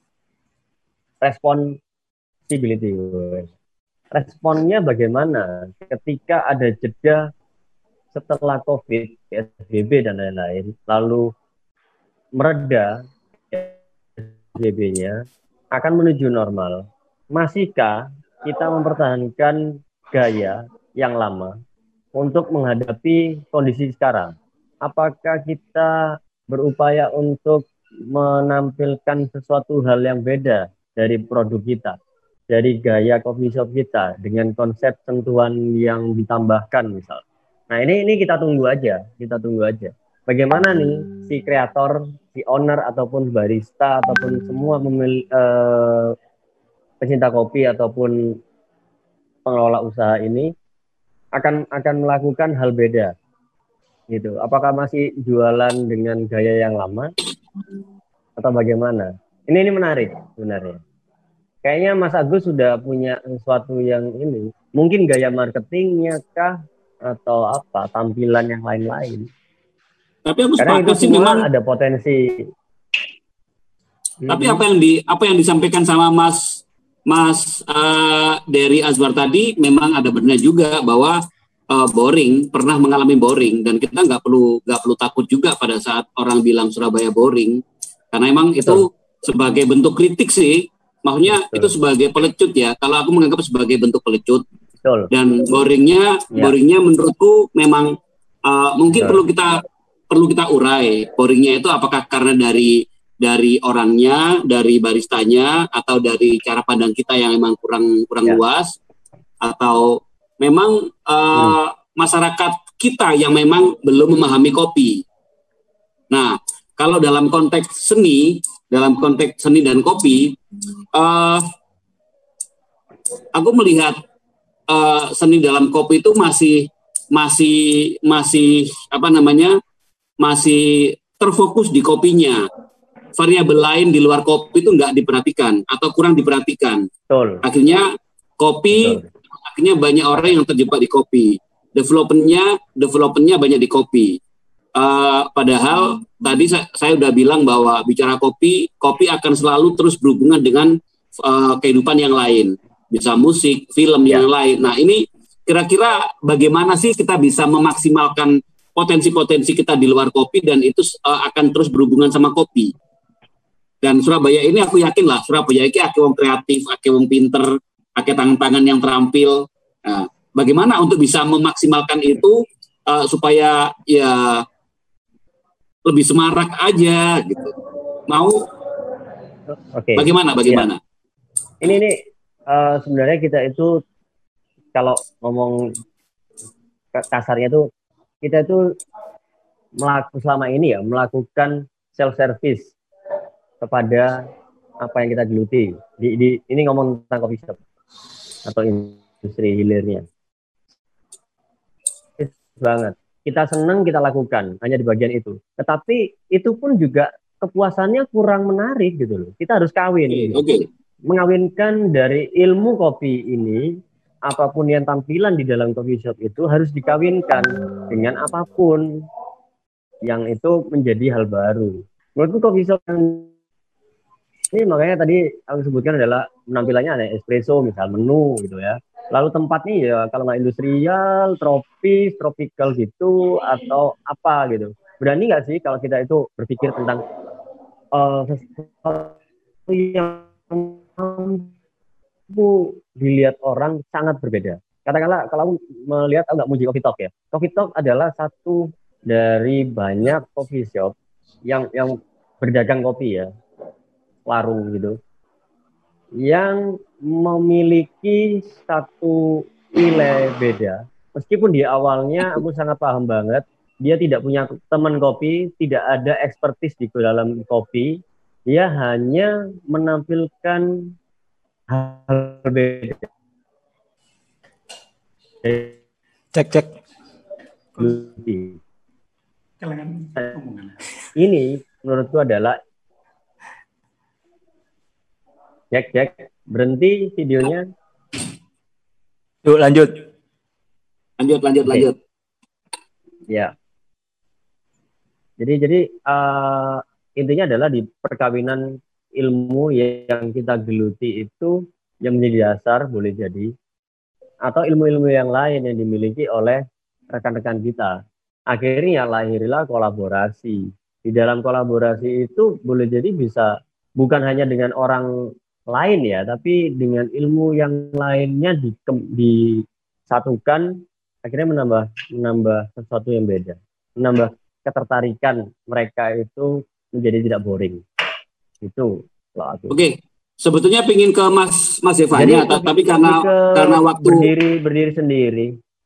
Responsibility. Responnya bagaimana ketika ada jeda setelah COVID, P S B B dan lain-lain, lalu mereda P S B B-nya, akan menuju normal. Masihkah kita mempertahankan gaya yang lama untuk menghadapi kondisi sekarang? Apakah kita berupaya untuk menampilkan sesuatu hal yang beda dari produk kita, dari gaya coffee shop kita dengan konsep sentuhan yang ditambahkan misal? Nah ini ini kita tunggu aja, kita tunggu aja. Bagaimana nih si kreator, si owner ataupun barista ataupun semua memil, eh, pecinta kopi ataupun pengelola usaha ini akan akan melakukan hal beda gitu. Apakah masih jualan dengan gaya yang lama atau bagaimana? Ini ini menarik sebenarnya. Kayaknya Mas Agus sudah punya sesuatu yang ini. Mungkin gaya marketingnya kah atau apa tampilan yang lain-lain. Tapi aku Karena itu sepakat sih semua memang. ada potensi. Tapi apa yang di apa yang disampaikan sama Mas Mas uh, dari Azwar tadi memang ada benar juga bahwa uh, boring pernah mengalami boring dan kita nggak perlu nggak perlu takut juga pada saat orang bilang Surabaya boring karena emang itu sebagai bentuk kritik sih, maksudnya Betul. itu sebagai pelecut ya. Kalau aku menganggap sebagai bentuk pelecut. Betul. Dan boringnya Ya. boringnya menurutku memang uh, mungkin Betul. perlu kita perlu kita urai. Boringnya itu apakah karena dari dari orangnya, dari baristanya, atau dari cara pandang kita yang memang kurang kurang Ya. luas, atau memang uh, hmm. masyarakat kita yang memang belum memahami kopi. Nah, kalau dalam konteks seni, dalam konteks seni dan kopi, uh, aku melihat uh, seni dalam kopi itu masih masih masih apa namanya masih terfokus di kopinya. Variabel lain di luar kopi itu nggak diperhatikan atau kurang diperhatikan. Betul. Akhirnya kopi, Betul. akhirnya banyak orang yang terjebak di kopi. Developmentnya, developmentnya banyak di kopi. Uh, padahal tadi saya, saya udah bilang bahwa bicara kopi, kopi akan selalu terus berhubungan dengan uh, kehidupan yang lain, bisa musik, film Ya. yang lain. Nah ini kira-kira bagaimana sih kita bisa memaksimalkan potensi-potensi kita di luar kopi dan itu uh, akan terus berhubungan sama kopi. Dan Surabaya ini aku yakin lah, Surabaya ini ake wong kreatif, ake wong pinter, ake tangan-tangan yang terampil. Nah, bagaimana untuk bisa memaksimalkan itu uh, supaya ya lebih semarak aja gitu. Mau? Oke. Bagaimana? Bagaimana? Ya. Ini ini uh, sebenarnya kita itu kalau ngomong kasarnya itu kita itu melakukan selama ini ya melakukan self service kepada apa yang kita geluti. Di, di ini ngomong tentang coffee shop atau industri hilirnya. Banget. Kita senang kita lakukan hanya di bagian itu. Tetapi itu pun juga kepuasannya kurang menarik gitu loh. Kita harus kawin. Oke. Gitu. Okay. Mengawinkan dari ilmu kopi ini, apapun yang tampilan di dalam coffee shop itu harus dikawinkan dengan apapun yang itu menjadi hal baru. Menurutku coffee shop ini makanya tadi aku sebutkan adalah penampilannya ada espresso misal menu gitu ya. Lalu tempatnya ya kalau nggak industrial, tropis, tropical gitu atau apa gitu. Berani nggak sih kalau kita itu berpikir tentang uh, sesuatu yang mampu dilihat orang sangat berbeda. Katakanlah kalau aku melihat aku nggak muji Coffee Talk ya. Coffee Talk adalah satu dari banyak coffee shop yang yang berdagang kopi ya. Warung gitu yang memiliki satu nilai beda meskipun di awalnya aku sangat paham banget dia tidak punya teman kopi, tidak ada expertise di dalam kopi, dia hanya menampilkan hal beda. Cek cek ini menurutku adalah Cek, cek. Berhenti videonya. Yuk, lanjut. Lanjut, lanjut, okay. lanjut. Ya. Jadi, jadi uh, intinya adalah di perkawinan ilmu yang kita geluti itu yang menjadi dasar, boleh jadi. Atau ilmu-ilmu yang lain yang dimiliki oleh rekan-rekan kita. Akhirnya lahirlah kolaborasi. Di dalam kolaborasi itu boleh jadi bisa bukan hanya dengan orang lain ya, tapi dengan ilmu yang lainnya di, disatukan, akhirnya menambah menambah sesuatu yang beda, menambah ketertarikan mereka itu menjadi tidak boring. Itu loh aku. Oke, sebetulnya pingin ke Mas Mas Evanya, tapi karena karena waktu berdiri berdiri sendiri.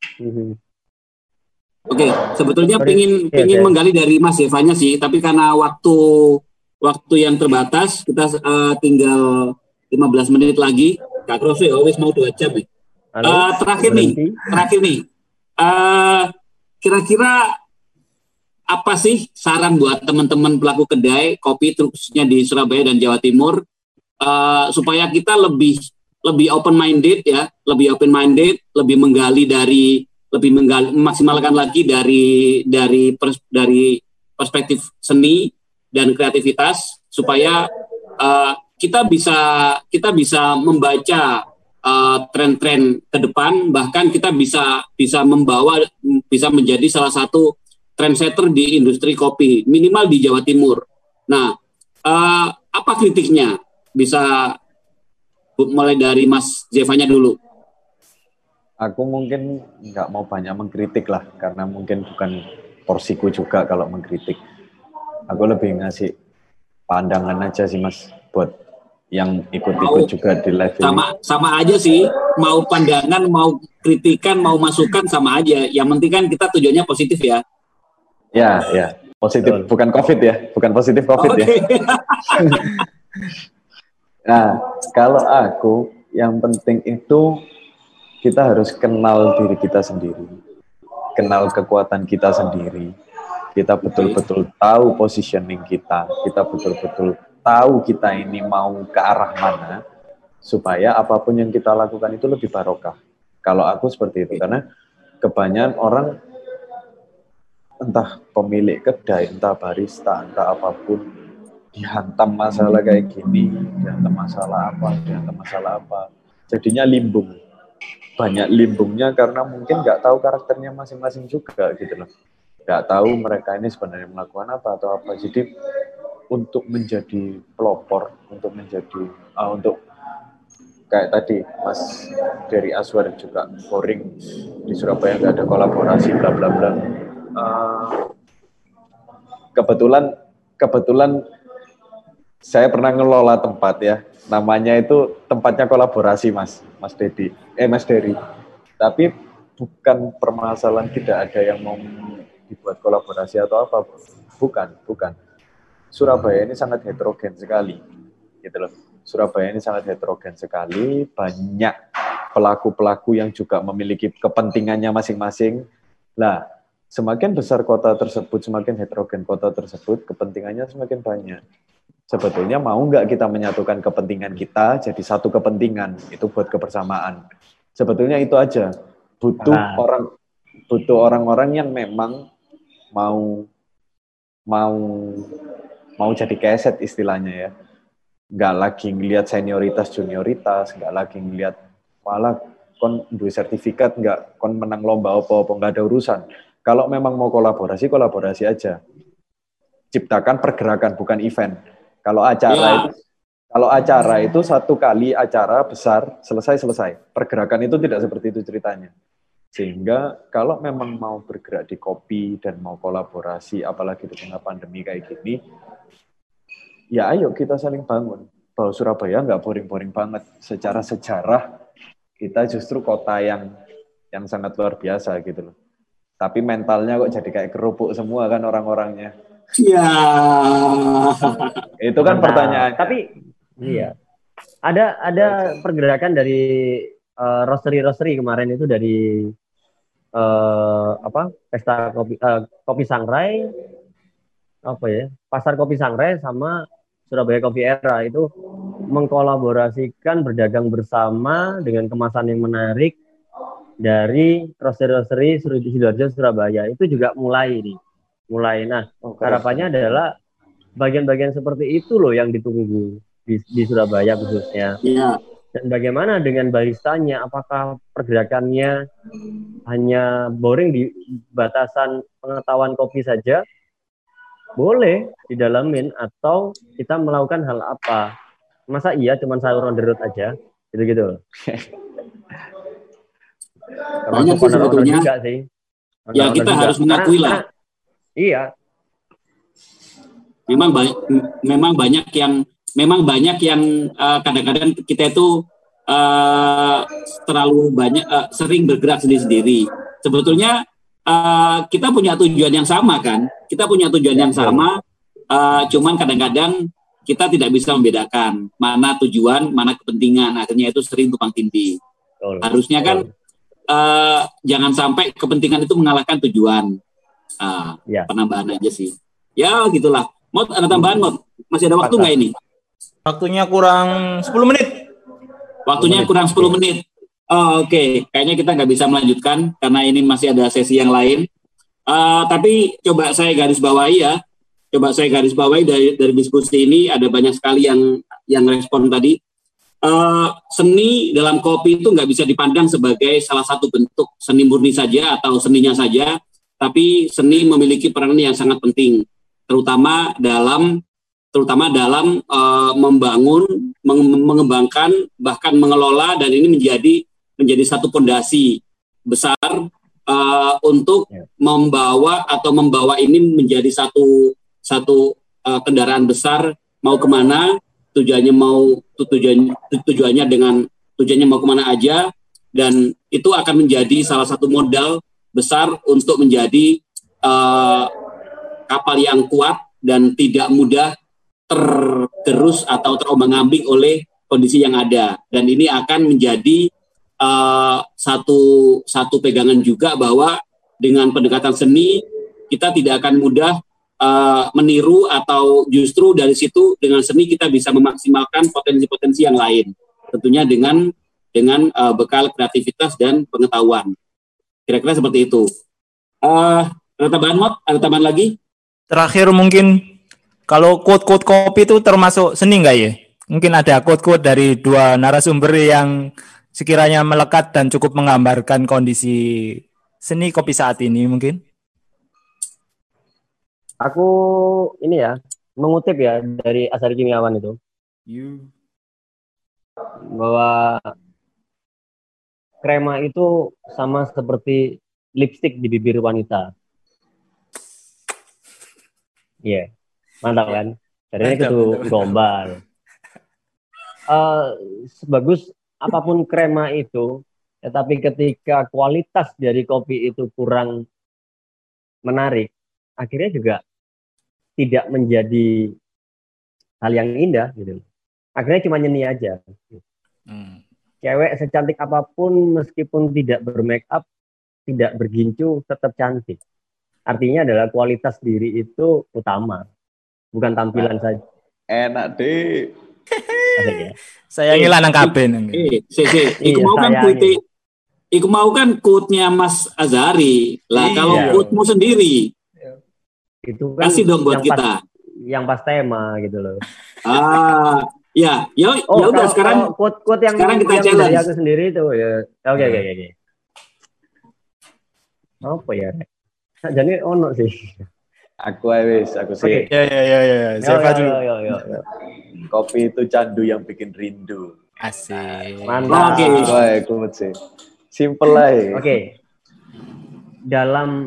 Oke, sebetulnya Sorry. pingin yes, pingin yes. menggali dari Mas Evanya sih, tapi karena waktu waktu yang terbatas, kita uh, tinggal lima belas menit lagi. Kak Kroso ya, wis mau dua jam nih. Uh, terakhir Berhenti. nih, terakhir nih. Uh, kira-kira apa sih saran buat teman-teman pelaku kedai kopi khususnya di Surabaya dan Jawa Timur uh, supaya kita lebih lebih open minded ya, lebih open minded, lebih menggali dari lebih menggali, memaksimalkan lagi dari dari pers, dari perspektif seni dan kreativitas supaya uh, kita bisa kita bisa membaca uh, tren-tren ke depan, bahkan kita bisa bisa membawa bisa menjadi salah satu trendsetter di industri kopi minimal di Jawa Timur. Nah, uh, apa kritiknya? Bisa mulai dari Mas Zevanya dulu. Aku mungkin nggak mau banyak mengkritik lah, karena mungkin bukan porsiku juga kalau mengkritik. Aku lebih ngasih pandangan aja sih Mas, buat yang ikut-ikut juga di live sama, ini. Sama aja sih, mau pandangan, mau kritikan, mau masukan sama aja. Yang penting kan kita tujuannya positif ya. Ya, ya, positif, Betul. bukan COVID ya, bukan positif COVID okay. ya. Nah, kalau aku, yang penting itu kita harus kenal diri kita sendiri, kenal kekuatan kita sendiri, kita betul-betul tahu positioning kita, kita betul-betul tahu kita ini mau ke arah mana, supaya apapun yang kita lakukan itu lebih barokah. Kalau aku seperti itu, karena kebanyakan orang, entah pemilik kedai, entah barista, entah apapun, dihantam masalah kayak gini, dihantam masalah apa, dihantam masalah apa, jadinya limbung. Banyak limbungnya karena mungkin nggak tahu karakternya masing-masing juga gitu loh. Nggak tahu mereka ini sebenarnya melakukan apa atau apa. Jadi untuk menjadi pelopor, untuk menjadi, uh, untuk kayak tadi Mas dari Aswar juga boring di Surabaya nggak ada kolaborasi bla bla bla. Uh, kebetulan kebetulan saya pernah ngelola tempat ya, namanya itu tempatnya kolaborasi Mas, Mas Dedi, eh Mas Dery. Tapi bukan permasalahan tidak ada yang mau dibuat kolaborasi atau apa, bukan, bukan. Surabaya ini sangat heterogen sekali, gitu loh. Surabaya ini sangat heterogen sekali, banyak pelaku-pelaku yang juga memiliki kepentingannya masing-masing. Lah, semakin besar kota tersebut, semakin heterogen kota tersebut, kepentingannya semakin banyak. Sebetulnya mau nggak kita menyatukan kepentingan kita jadi satu kepentingan, itu buat kebersamaan. Sebetulnya itu aja. Butuh ah. orang, butuh orang-orang yang memang mau mau mau jadi keset istilahnya ya. Nggak lagi ngelihat senioritas junioritas, nggak lagi ngelihat malah kon duwe sertifikat, nggak kon menang lomba apa-apa, nggak ada urusan. Kalau memang mau kolaborasi, kolaborasi aja. Ciptakan pergerakan, bukan event. Kalau acara Ya. itu, kalau acara itu satu kali acara besar, selesai-selesai. Pergerakan itu tidak seperti itu ceritanya. Sehingga kalau memang mau bergerak di kopi dan mau kolaborasi, apalagi di tengah pandemi kayak gini, ya ayo kita saling bangun. Bahwa Surabaya nggak boring-boring banget. Secara sejarah, kita justru kota yang yang sangat luar biasa gitu loh. Tapi mentalnya kok jadi kayak kerupuk semua kan orang-orangnya. Ya. Itu kan Mantap. pertanyaan. Tapi iya. Ada ada pergerakan dari uh, roastery-roastery kemarin itu dari uh, apa? Pesta kopi uh, kopi Sangrai apa ya? Pasar Kopi Sangrai sama Surabaya Coffee Era itu mengkolaborasikan berdagang bersama dengan kemasan yang menarik dari roastery-roastery Sidoarjo Surabaya. Itu juga mulai nih. Mulai. Nah, Oh, harapannya adalah bagian-bagian seperti itu loh yang ditunggu di, di Surabaya khususnya. Ya. Dan bagaimana dengan baristanya? Apakah pergerakannya hanya boring di batasan pengetahuan kopi saja? Boleh didalamin, atau kita melakukan hal apa? Masa iya cuma sayur on the road aja? Gitu-gitu. Banyak sih sebetulnya. Juga sih. Ya, kita juga. harus mengakui Karena, lah. karena, iya. Memang banyak, memang banyak yang, memang banyak yang uh, kadang-kadang kita itu uh, terlalu banyak, uh, sering bergerak sendiri-sendiri. Sebetulnya uh, kita punya tujuan yang sama kan? Kita punya tujuan yang sama, uh, cuman kadang-kadang kita tidak bisa membedakan mana tujuan, mana kepentingan. Akhirnya itu sering tumpang tindih. Betul. Harusnya kan uh, jangan sampai kepentingan itu mengalahkan tujuan. Uh, ya. Penambahan aja sih. Ya gitulah. Mod, ada tambahan Mod? Masih ada waktu nggak ini? Waktunya kurang sepuluh menit. Waktunya kurang sepuluh menit. Oh, Oke, okay. Kayaknya kita nggak bisa melanjutkan karena ini masih ada sesi yang lain. Uh, tapi coba saya garis bawahi ya. Coba saya garis bawahi dari dari diskusi ini, ada banyak sekali yang yang respon tadi. Uh, seni dalam kopi itu nggak bisa dipandang sebagai salah satu bentuk seni murni saja atau seninya saja, tapi seni memiliki peran yang sangat penting, terutama dalam terutama dalam uh, membangun, menge- mengembangkan, bahkan mengelola, dan ini menjadi menjadi satu fondasi besar uh, untuk yeah. membawa atau membawa ini menjadi satu satu uh, kendaraan besar mau kemana, tujuannya mau tujuannya tujuannya dengan tujuannya mau kemana aja, dan itu akan menjadi salah satu modal besar untuk menjadi uh, kapal yang kuat dan tidak mudah tergerus atau terombang-ambing oleh kondisi yang ada. Dan ini akan menjadi uh, satu satu pegangan juga bahwa dengan pendekatan seni kita tidak akan mudah uh, meniru, atau justru dari situ dengan seni kita bisa memaksimalkan potensi-potensi yang lain. Tentunya dengan dengan uh, bekal kreativitas dan pengetahuan. Kira-kira seperti itu. Uh, ada tambahan Mod? Ada tambahan lagi? Terakhir mungkin, kalau quote-quote kopi itu termasuk seni nggak ya? Mungkin ada quote-quote dari dua narasumber yang sekiranya melekat dan cukup menggambarkan kondisi seni kopi saat ini mungkin? Aku ini ya, mengutip ya dari Azhari Kimiawan itu. You. Bahwa krema itu sama seperti lipstik di bibir wanita. Iya. Yeah. Mantap kan? Jadinya itu gombal. Uh, sebagus apapun krema itu, tetapi ketika kualitas dari kopi itu kurang menarik, akhirnya juga tidak menjadi hal yang indah gitu. Akhirnya cuma nyeni aja. Hmm. Cewek secantik apapun meskipun tidak bermake up, tidak bergincu, tetap cantik. Artinya adalah kualitas diri itu utama. Bukan tampilan nah, saja. Enak deh. Ya. Saya ngilang nang kabin. Eh, si, si. Iku mau kan quote, iku mau kan quote-nya Mas Azhari. Lah iya. Kalau quote-mu sendiri, itu kan kasih dong buat yang kita. Pas, yang pas tema gitu loh. Ah, ya, ya, Oh, ya udah kalau- sekarang kalau quote-quote yang sekarang kita yang challenge. dari aku sendiri itu ya. Oke oke oke oke. Apa ya? Nah, jadi ono sih. Aku aja wis, aku sih. Ya ya ya ya. Yo, Siapa yo, dulu? yo, yo, yo, yo. Kopi itu candu yang bikin rindu. Asik. Mantap. Oke. Aku aja, aku sih. Simple aja. Oke. Dalam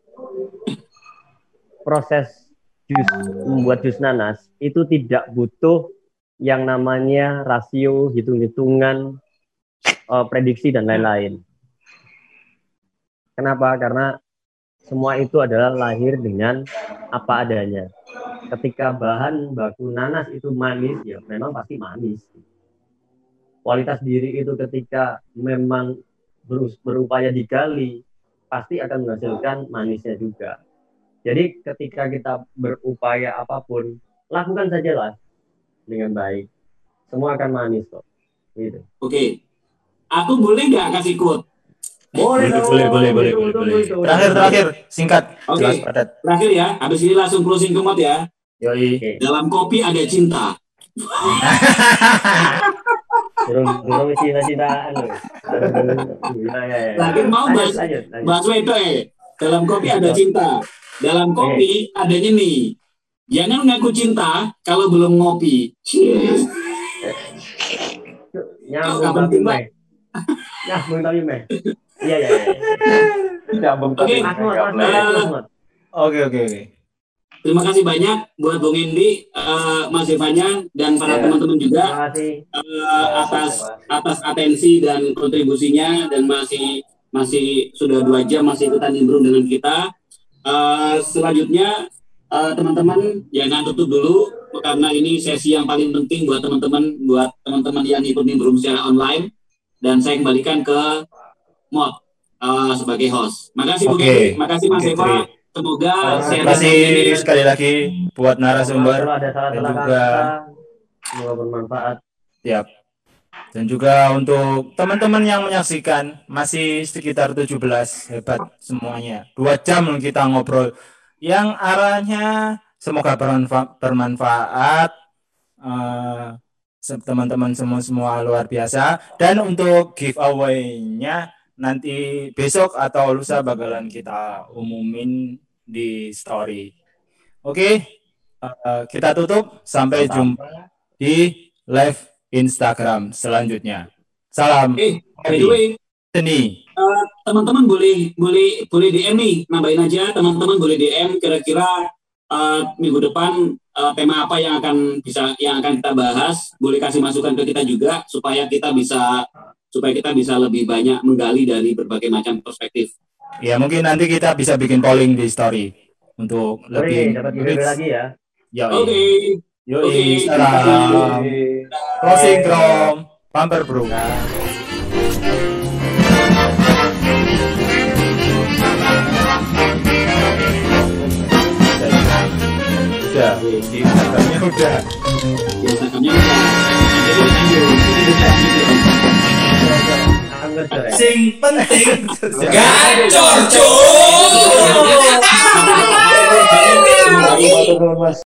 proses jus membuat jus nanas itu tidak butuh yang namanya rasio, hitung-hitungan, eh, prediksi dan lain-lain. Kenapa? Karena semua itu adalah lahir dengan apa adanya. Ketika bahan baku nanas itu manis, ya memang pasti manis. Kualitas diri itu ketika memang berus- berupaya digali, pasti akan menghasilkan manisnya juga. Jadi ketika kita berupaya apapun, lakukan sajalah dengan baik. Semua akan manis kok. Gitu. Oke. Aku boleh nggak kasih quote? Boleh, dong. boleh, boleh, boleh, Tunggu, boleh, tunggu, boleh. tunggu. Terakhir, terakhir, singkat, Oke. jelas padat. Terakhir ya, habis ini langsung closing quote ya. Yoi. Oke. Dalam kopi ada cinta. Turun, turun cinta-cintaan loh. Ya, ya, ya. Lagi mau Lanjut, bahas lanjut, lanjut. bahas wedok eh. Dalam kopi ada cinta. Dalam kopi adanya nih. Jangan ngaku cinta kalau belum ngopi. Cheers. Nyambung Kapan tapi tiba? meh. Nyambung tapi meh. Iya, iya, iya. Nyambung Oke. tapi Mas Mut, nggak Mas Mut, boleh. Mas Mut. Oke, oke, oke. Terima kasih banyak buat Bung Indi, eh, Mas Devanya, dan para Ya. teman-teman juga Terima kasih. eh, atas atas atensi dan kontribusinya, dan masih masih sudah dua jam masih ikutan nimbrung dengan kita. Eh, selanjutnya eh, teman-teman jangan tutup dulu karena ini sesi yang paling penting buat teman-teman buat teman-teman yang ikut nimbrung secara online, dan saya kembalikan ke Mod eh, sebagai host. Makasih Bung Oke. Indi, makasih Mas Oke, Eva. Tri. Semoga Terima sharing Terima kasih ini sekali lagi buat narasumber Kalau ada salah-salah dan juga- kata, semoga bermanfaat. Siap. Dan juga untuk teman-teman yang menyaksikan masih sekitar tujuh belas, hebat semuanya. Dua jam kita ngobrol yang arahnya semoga bermanfa- bermanfaat. Eh, se- teman-teman semua semua luar biasa. Dan untuk giveaway-nya nanti besok atau lusa bakalan kita umumin di story. Oke, eh, kita tutup. Sampai jumpa di live Instagram selanjutnya. Salam Eh, by the way, seni. eh, teman-teman boleh boleh boleh D M nih, nambahin aja teman-teman boleh D M kira-kira eh, minggu depan eh, tema apa yang akan bisa yang akan kita bahas, boleh kasih masukan ke kita juga supaya kita bisa supaya kita bisa lebih banyak menggali dari berbagai macam perspektif. Ya mungkin nanti kita bisa bikin polling di story untuk Oke, lebih dapat giveaway lagi ya. Yoi. Oke. Yoi, Oke, salam. Closing Chrome, Pamper Bro. Udah, di Instagramnya udah. Instagramnya udah. Jadi lanjut. Angger sore. Sing penting Gacor, cuy. Mas.